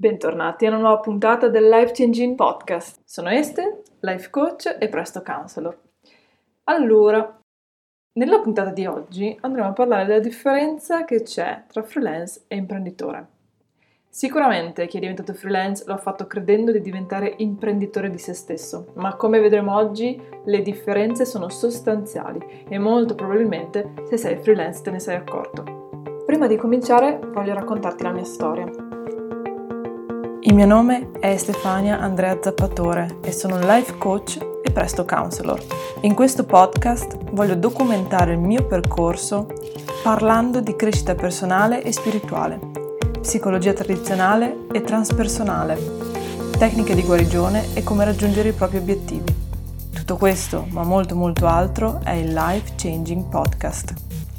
Bentornati a una nuova puntata del Life Changing Podcast. Sono Este, Life Coach e Presto Counselor. Allora, nella puntata di oggi andremo a parlare della differenza che c'è tra freelance e imprenditore. Sicuramente chi è diventato freelance lo ha fatto credendo di diventare imprenditore di se stesso, ma come vedremo oggi le differenze sono sostanziali e molto probabilmente se sei freelance te ne sei accorto. Prima di cominciare voglio raccontarti la mia storia. Il mio nome è Stefania Andrea Zappatore e sono un life coach e Presto Counselor. In questo podcast voglio documentare il mio percorso parlando di crescita personale e spirituale, psicologia tradizionale e transpersonale, tecniche di guarigione e come raggiungere i propri obiettivi. Tutto questo, ma molto altro, è il Life Changing Podcast.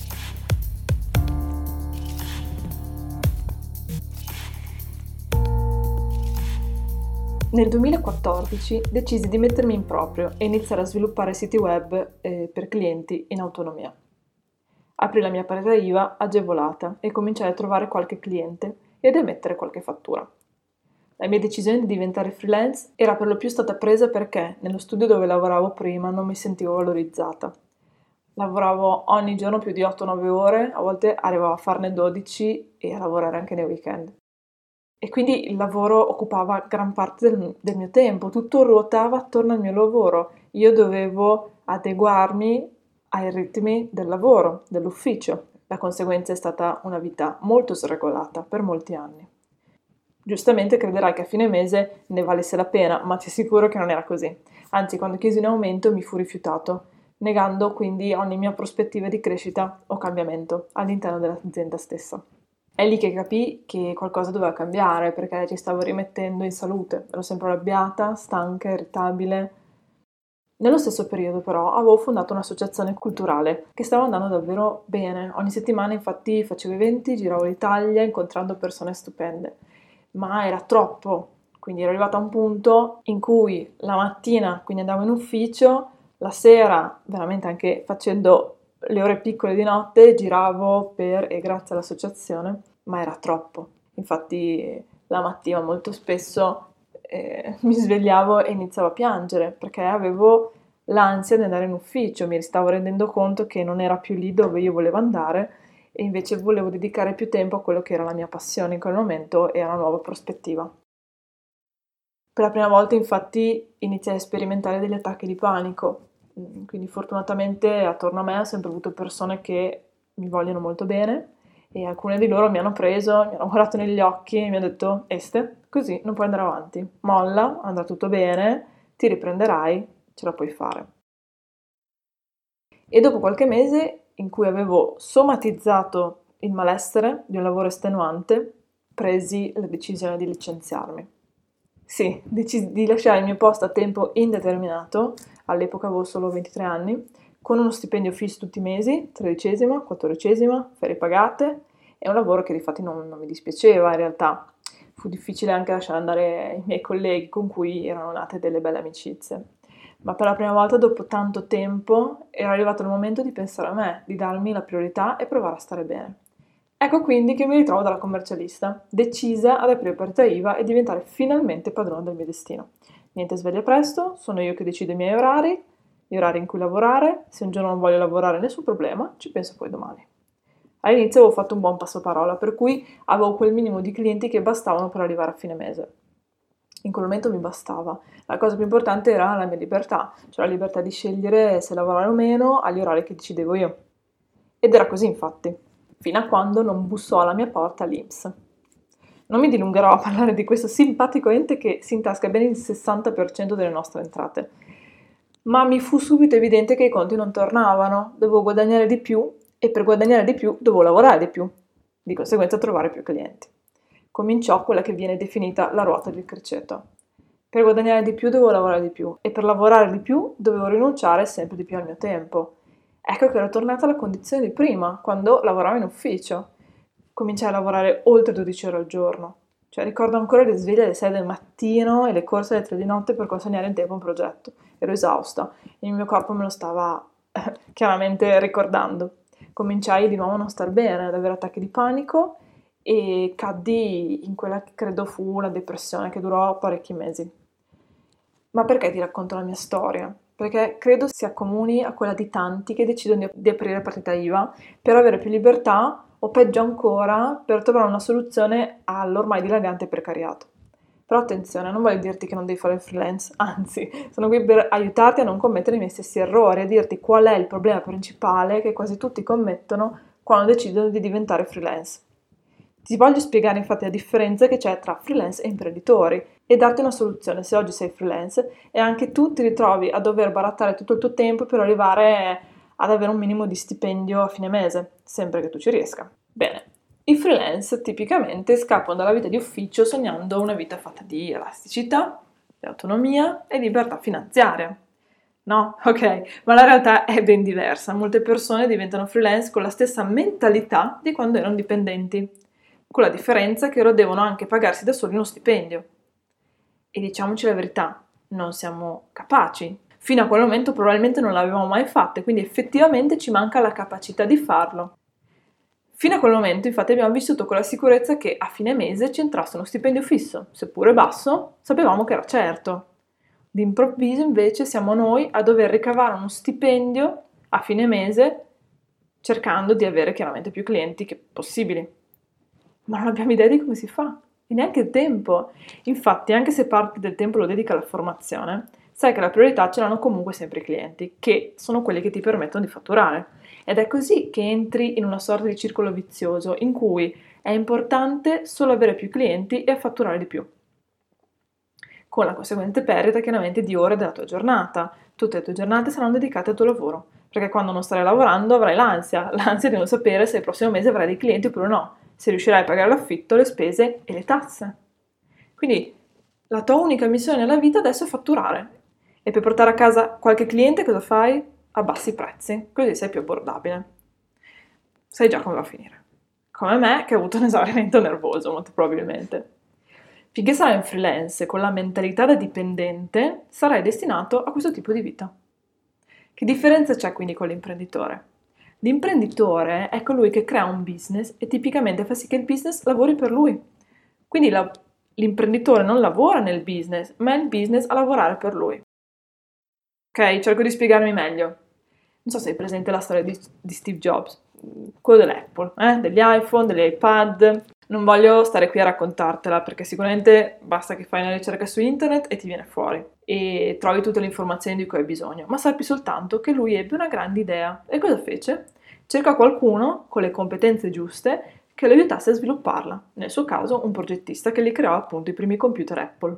Nel 2014 decisi di mettermi in proprio e iniziare a sviluppare siti web per clienti in autonomia. Aprì la mia partita IVA agevolata e cominciai a trovare qualche cliente ed emettere qualche fattura. La mia decisione di diventare freelance era per lo più stata presa perché nello studio dove lavoravo prima non mi sentivo valorizzata. Lavoravo ogni giorno più di 8-9 ore, a volte arrivavo a farne 12 e a lavorare anche nei weekend. E quindi il lavoro occupava gran parte del mio tempo, tutto ruotava attorno al mio lavoro. Io dovevo adeguarmi ai ritmi del lavoro, dell'ufficio. La conseguenza è stata una vita molto sregolata per molti anni. Giustamente crederai che a fine mese ne valesse la pena, ma ti assicuro che non era così. Anzi, quando chiesi un aumento mi fu rifiutato, negando quindi ogni mia prospettiva di crescita o cambiamento all'interno dell'azienda stessa. È lì che capii che qualcosa doveva cambiare perché ci stavo rimettendo in salute. Ero sempre arrabbiata, stanca, irritabile. Nello stesso periodo però avevo fondato un'associazione culturale che stava andando davvero bene. Ogni settimana infatti facevo eventi, giravo l'Italia incontrando persone stupende. Ma era troppo, quindi ero arrivata a un punto in cui la mattina quindi andavo in ufficio, la sera veramente anche facendo le ore piccole di notte giravo e grazie all'associazione, ma era troppo. Infatti la mattina molto spesso mi svegliavo e iniziavo a piangere perché avevo l'ansia di andare in ufficio, mi stavo rendendo conto che non era più lì dove io volevo andare e invece volevo dedicare più tempo a quello che era la mia passione in quel momento e a una nuova prospettiva. Per la prima volta infatti iniziai a sperimentare degli attacchi di panico. Quindi fortunatamente attorno a me ho sempre avuto persone che mi vogliono molto bene e alcune di loro mi hanno preso, mi hanno guardato negli occhi e mi hanno detto Este, così non puoi andare avanti, molla, andrà tutto bene, ti riprenderai, ce la puoi fare. E dopo qualche mese in cui avevo somatizzato il malessere di un lavoro estenuante, presi la decisione di licenziarmi. Sì, decisi di lasciare il mio posto a tempo indeterminato, all'epoca avevo solo 23 anni, con uno stipendio fisso tutti i mesi, 13esima, 14esima, ferie pagate, e un lavoro che difatti non mi dispiaceva in realtà. Fu difficile anche lasciare andare i miei colleghi con cui erano nate delle belle amicizie. Ma per la prima volta dopo tanto tempo era arrivato il momento di pensare a me, di darmi la priorità e provare a stare bene. Ecco quindi che mi ritrovo dalla commercialista, decisa ad aprire partita IVA e diventare finalmente padrona del mio destino. Niente sveglia presto, sono io che decido i miei orari, gli orari in cui lavorare, se un giorno non voglio lavorare nessun problema, ci penso poi domani. All'inizio avevo fatto un buon passaparola, per cui avevo quel minimo di clienti che bastavano per arrivare a fine mese. In quel momento mi bastava. La cosa più importante era la mia libertà, cioè la libertà di scegliere se lavorare o meno agli orari che decidevo io. Ed era così infatti, fino a quando non bussò alla mia porta l'INPS. Non mi dilungherò a parlare di questo simpatico ente che si intasca ben il 60% delle nostre entrate, ma mi fu subito evidente che i conti non tornavano, dovevo guadagnare di più e per guadagnare di più dovevo lavorare di più, di conseguenza trovare più clienti. Cominciò quella che viene definita la ruota del criceto. Per guadagnare di più dovevo lavorare di più e per lavorare di più dovevo rinunciare sempre di più al mio tempo. Ecco che ero tornata alla condizione di prima, quando lavoravo in ufficio. Cominciai a lavorare oltre 12 ore al giorno. Cioè ricordo ancora le sveglie alle 6 del mattino e le corse alle 3 di notte per consegnare in tempo un progetto. Ero esausta e il mio corpo me lo stava chiaramente ricordando. Cominciai di nuovo a non star bene, ad avere attacchi di panico e caddi in quella che credo fu una depressione che durò parecchi mesi. Ma perché ti racconto la mia storia? Perché credo si accomuni a quella di tanti che decidono di aprire partita IVA per avere più libertà o peggio ancora per trovare una soluzione all'ormai dilagante precariato. Però attenzione, non voglio dirti che non devi fare il freelance, anzi, sono qui per aiutarti a non commettere i miei stessi errori, a dirti qual è il problema principale che quasi tutti commettono quando decidono di diventare freelance. Ti voglio spiegare infatti la differenza che c'è tra freelance e imprenditori e darti una soluzione se oggi sei freelance e anche tu ti ritrovi a dover barattare tutto il tuo tempo per arrivare ad avere un minimo di stipendio a fine mese, sempre che tu ci riesca. Bene, i freelance tipicamente scappano dalla vita di ufficio sognando una vita fatta di elasticità, di autonomia e libertà finanziaria. No? Ok, ma la realtà è ben diversa. Molte persone diventano freelance con la stessa mentalità di quando erano dipendenti, con la differenza che ora devono anche pagarsi da soli uno stipendio. E diciamoci la verità, non siamo capaci. Fino a quel momento probabilmente non l'avevamo mai fatto e quindi effettivamente ci manca la capacità di farlo. Fino a quel momento infatti abbiamo vissuto con la sicurezza che a fine mese ci entrasse uno stipendio fisso, seppure basso, sapevamo che era certo. D'improvviso invece siamo noi a dover ricavare uno stipendio a fine mese cercando di avere chiaramente più clienti che possibili. Ma non abbiamo idea di come si fa e neanche il tempo. Infatti, anche se parte del tempo lo dedica alla formazione, sai che la priorità ce l'hanno comunque sempre i clienti, che sono quelli che ti permettono di fatturare. Ed è così che entri in una sorta di circolo vizioso in cui è importante solo avere più clienti e fatturare di più. Con la conseguente perdita chiaramente di ore della tua giornata. Tutte le tue giornate saranno dedicate al tuo lavoro, perché quando non starai lavorando avrai l'ansia di non sapere se il prossimo mese avrai dei clienti oppure no, se riuscirai a pagare l'affitto, le spese e le tasse. Quindi la tua unica missione nella vita adesso è fatturare. E per portare a casa qualche cliente cosa fai? Abbassi i prezzi, così sei più abbordabile. Sai già come va a finire. Come me che ho avuto un esaurimento nervoso, molto probabilmente. Finché sarai un freelance con la mentalità da dipendente, sarai destinato a questo tipo di vita. Che differenza c'è quindi con l'imprenditore? L'imprenditore è colui che crea un business e tipicamente fa sì che il business lavori per lui. Quindi l'imprenditore non lavora nel business, ma è il business a lavorare per lui. Ok, cerco di spiegarmi meglio. Non so se hai presente la storia di Steve Jobs, quello dell'Apple, degli iPhone, degli iPad. Non voglio stare qui a raccontartela perché sicuramente basta che fai una ricerca su internet e ti viene fuori e trovi tutte le informazioni di cui hai bisogno, ma sappi soltanto che lui ebbe una grande idea e cosa fece? Cercò qualcuno con le competenze giuste che lo aiutasse a svilupparla, nel suo caso un progettista che gli creò appunto i primi computer Apple.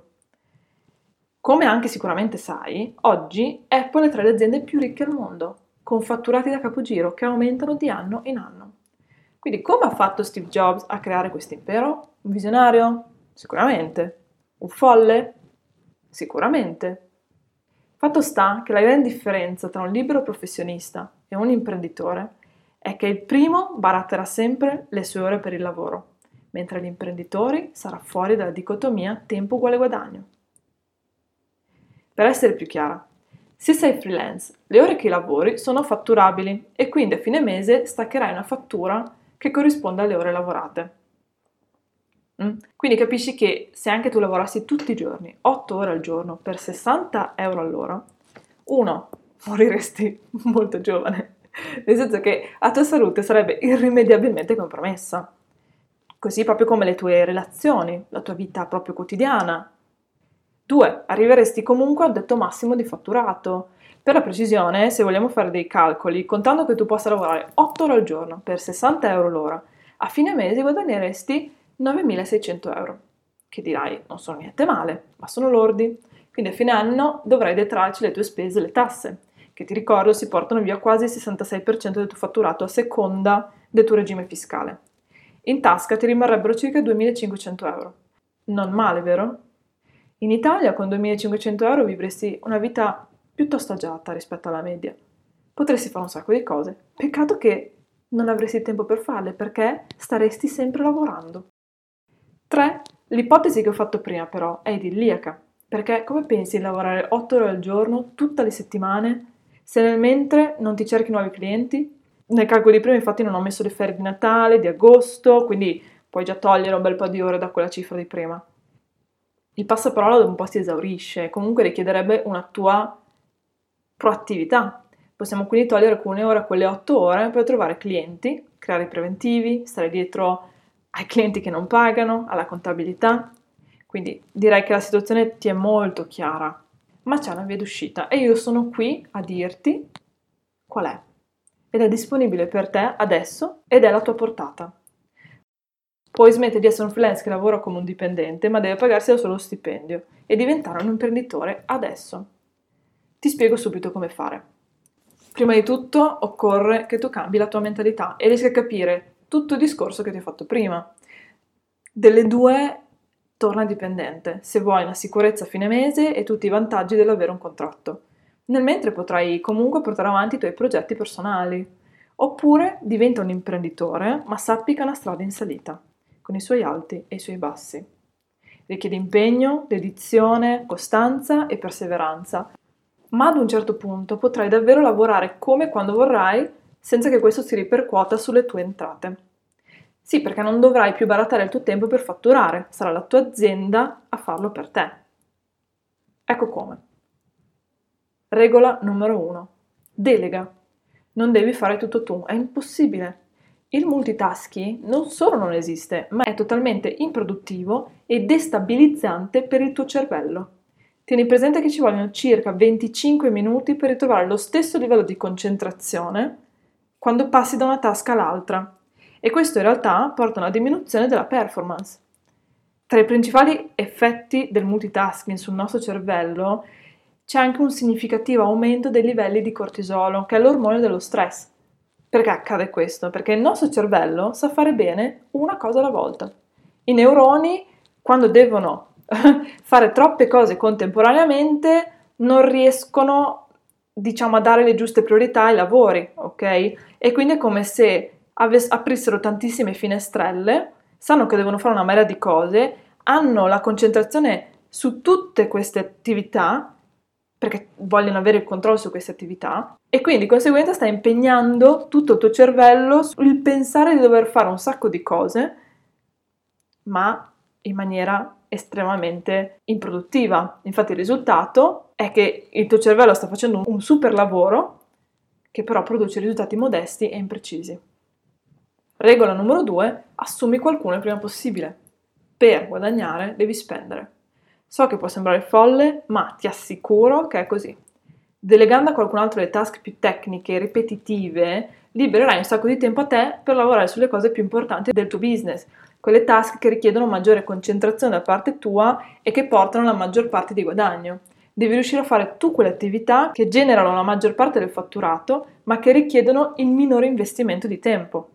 Come anche sicuramente sai, oggi Apple è tra le aziende più ricche al mondo, con fatturati da capogiro che aumentano di anno in anno. Quindi come ha fatto Steve Jobs a creare questo impero? Un visionario? Sicuramente. Un folle? Sicuramente. Fatto sta che la grande differenza tra un libero professionista e un imprenditore è che il primo baratterà sempre le sue ore per il lavoro, mentre l'imprenditore sarà fuori dalla dicotomia tempo uguale guadagno. Per essere più chiara, se sei freelance, le ore che lavori sono fatturabili e quindi a fine mese staccherai una fattura che corrisponde alle ore lavorate. Quindi capisci che se anche tu lavorassi tutti i giorni, 8 ore al giorno, per 60 euro all'ora, uno, moriresti molto giovane, nel senso che la tua salute sarebbe irrimediabilmente compromessa, così proprio come le tue relazioni, la tua vita proprio quotidiana. 2. Arriveresti comunque al tetto massimo di fatturato. Per la precisione, se vogliamo fare dei calcoli, contando che tu possa lavorare 8 ore al giorno per 60 euro l'ora, a fine mese guadagneresti 9.600 euro. Che dirai, non sono niente male, ma sono lordi. Quindi a fine anno dovrai detrarci le tue spese e le tasse, che ti ricordo si portano via quasi il 66% del tuo fatturato a seconda del tuo regime fiscale. In tasca ti rimarrebbero circa 2.500 euro. Non male, vero? In Italia con 2.500 euro vivresti una vita piuttosto agiata rispetto alla media. Potresti fare un sacco di cose. Peccato che non avresti tempo per farle perché staresti sempre lavorando. 3. L'ipotesi che ho fatto prima però è idilliaca. Perché come pensi di lavorare 8 ore al giorno, tutte le settimane, se nel mentre non ti cerchi nuovi clienti? Nel calcolo di prima infatti non ho messo le ferie di Natale, di agosto, quindi puoi già togliere un bel po' di ore da quella cifra di prima. Il passaparola dopo un po' si esaurisce, comunque richiederebbe una tua proattività. Possiamo quindi togliere alcune ore, quelle 8 ore, per trovare clienti, creare i preventivi, stare dietro ai clienti che non pagano, alla contabilità. Quindi direi che la situazione ti è molto chiara, ma c'è una via d'uscita e io sono qui a dirti qual è. Ed è disponibile per te adesso ed è alla tua portata. Puoi smettere di essere un freelance che lavora come un dipendente, ma deve pagarsi da solo lo stipendio e diventare un imprenditore adesso. Ti spiego subito come fare. Prima di tutto occorre che tu cambi la tua mentalità e riesci a capire tutto il discorso che ti ho fatto prima. Delle due torna dipendente, se vuoi una sicurezza a fine mese e tutti i vantaggi dell'avere un contratto. Nel mentre potrai comunque portare avanti i tuoi progetti personali. Oppure diventa un imprenditore, ma sappi che è una strada in salita, con i suoi alti e i suoi bassi. Richiede impegno, dedizione, costanza e perseveranza, ma ad un certo punto potrai davvero lavorare come e quando vorrai senza che questo si ripercuota sulle tue entrate. Sì, perché non dovrai più barattare il tuo tempo per fatturare, sarà la tua azienda a farlo per te. Ecco come. Regola numero 1. Delega. Non devi fare tutto tu, è impossibile. Il multitasking non solo non esiste, ma è totalmente improduttivo e destabilizzante per il tuo cervello. Tieni presente che ci vogliono circa 25 minuti per ritrovare lo stesso livello di concentrazione quando passi da una task all'altra e questo in realtà porta a una diminuzione della performance. Tra i principali effetti del multitasking sul nostro cervello c'è anche un significativo aumento dei livelli di cortisolo, che è l'ormone dello stress. Perché accade questo? Perché il nostro cervello sa fare bene una cosa alla volta. I neuroni, quando devono fare troppe cose contemporaneamente, non riescono, a dare le giuste priorità ai lavori, ok? E quindi è come se aprissero tantissime finestrelle, sanno che devono fare una marea di cose, hanno la concentrazione su tutte queste attività, perché vogliono avere il controllo su queste attività e quindi di conseguenza stai impegnando tutto il tuo cervello sul pensare di dover fare un sacco di cose, ma in maniera estremamente improduttiva. Infatti il risultato è che il tuo cervello sta facendo un super lavoro che però produce risultati modesti e imprecisi. Regola numero 2, assumi qualcuno il prima possibile. Per guadagnare devi spendere. So che può sembrare folle, ma ti assicuro che è così. Delegando a qualcun altro le task più tecniche e ripetitive, libererai un sacco di tempo a te per lavorare sulle cose più importanti del tuo business, quelle task che richiedono maggiore concentrazione da parte tua e che portano alla maggior parte di guadagno. Devi riuscire a fare tu quelle attività che generano la maggior parte del fatturato, ma che richiedono il minore investimento di tempo.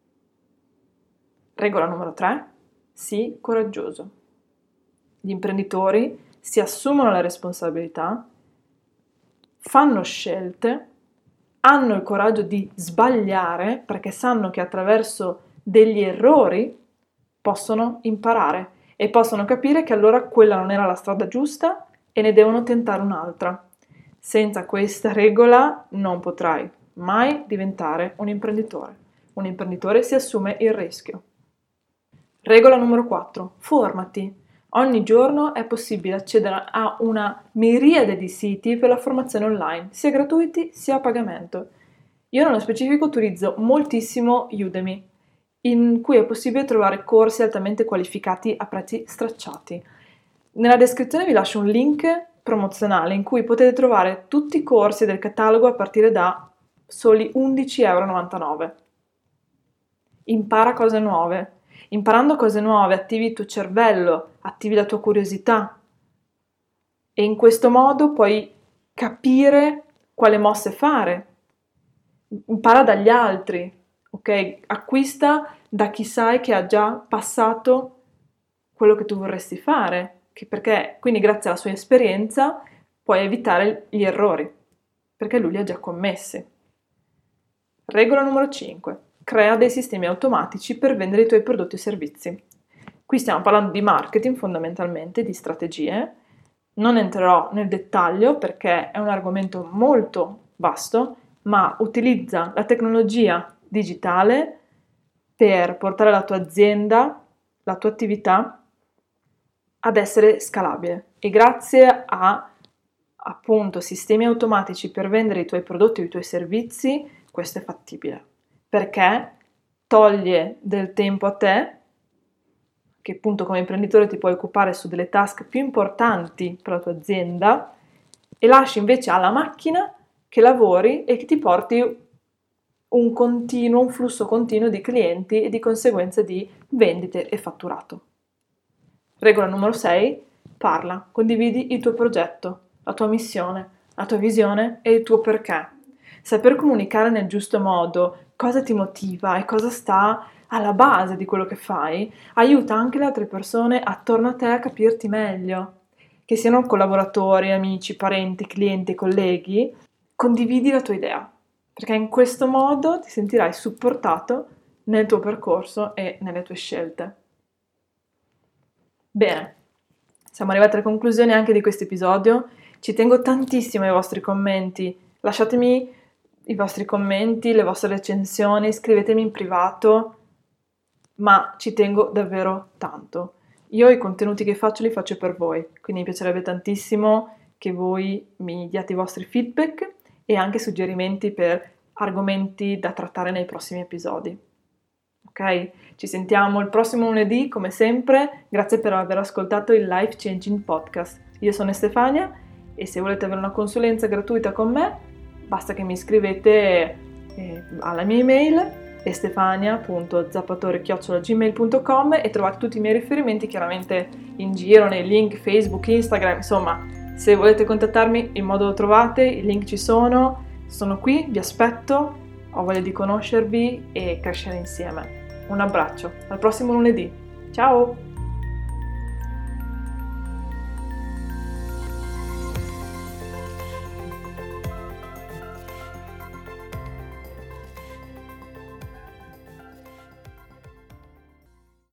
Regola numero 3. Sii coraggioso. Gli imprenditori si assumono la responsabilità, fanno scelte, hanno il coraggio di sbagliare perché sanno che attraverso degli errori possono imparare e possono capire che allora quella non era la strada giusta e ne devono tentare un'altra. Senza questa regola non potrai mai diventare un imprenditore. Un imprenditore si assume il rischio. Regola numero 4. Formati. Ogni giorno è possibile accedere a una miriade di siti per la formazione online, sia gratuiti sia a pagamento. Io nello specifico utilizzo moltissimo Udemy, in cui è possibile trovare corsi altamente qualificati a prezzi stracciati. Nella descrizione vi lascio un link promozionale in cui potete trovare tutti i corsi del catalogo a partire da soli 11,99 €. Impara cose nuove. Imparando cose nuove attivi il tuo cervello, attivi la tua curiosità e in questo modo puoi capire quale mosse fare. Impara dagli altri, ok? Acquista da chi sai che ha già passato quello che tu vorresti fare, perché quindi grazie alla sua esperienza puoi evitare gli errori, perché lui li ha già commessi. Regola numero 5. Crea dei sistemi automatici per vendere i tuoi prodotti e servizi. Qui stiamo parlando di marketing fondamentalmente, di strategie. Non entrerò nel dettaglio perché è un argomento molto vasto, ma utilizza la tecnologia digitale per portare la tua azienda la tua attività ad essere scalabile e grazie a appunto sistemi automatici per vendere i tuoi prodotti o i tuoi servizi, questo è fattibile, perché toglie del tempo a te, che appunto come imprenditore ti puoi occupare su delle task più importanti per la tua azienda, e lasci invece alla macchina che lavori e che ti porti un flusso continuo di clienti e di conseguenza di vendite e fatturato. Regola numero 6, parla, condividi il tuo progetto, la tua missione, la tua visione e il tuo perché. Saper comunicare nel giusto modo cosa ti motiva e cosa sta alla base di quello che fai aiuta anche le altre persone attorno a te a capirti meglio. Che siano collaboratori, amici, parenti, clienti, colleghi, condividi la tua idea, perché in questo modo ti sentirai supportato nel tuo percorso e nelle tue scelte. Bene, siamo arrivati alle conclusioni anche di questo episodio. Ci tengo tantissimo ai vostri commenti. Lasciatemi i vostri commenti, le vostre recensioni, scrivetemi in privato, ma ci tengo davvero tanto. Io i contenuti che faccio li faccio per voi, quindi mi piacerebbe tantissimo che voi mi diate i vostri feedback e anche suggerimenti per argomenti da trattare nei prossimi episodi. Ok? Ci sentiamo il prossimo lunedì, come sempre. Grazie per aver ascoltato il Life Changing Podcast. Io sono Stefania e se volete avere una consulenza gratuita con me, basta che mi iscrivete alla mia email stefania.zappatore@gmail.com e trovate tutti i miei riferimenti chiaramente in giro, nei link Facebook, Instagram, insomma, se volete contattarmi il modo lo trovate, i link ci sono qui, vi aspetto, ho voglia di conoscervi e crescere insieme. Un abbraccio, al prossimo lunedì, ciao!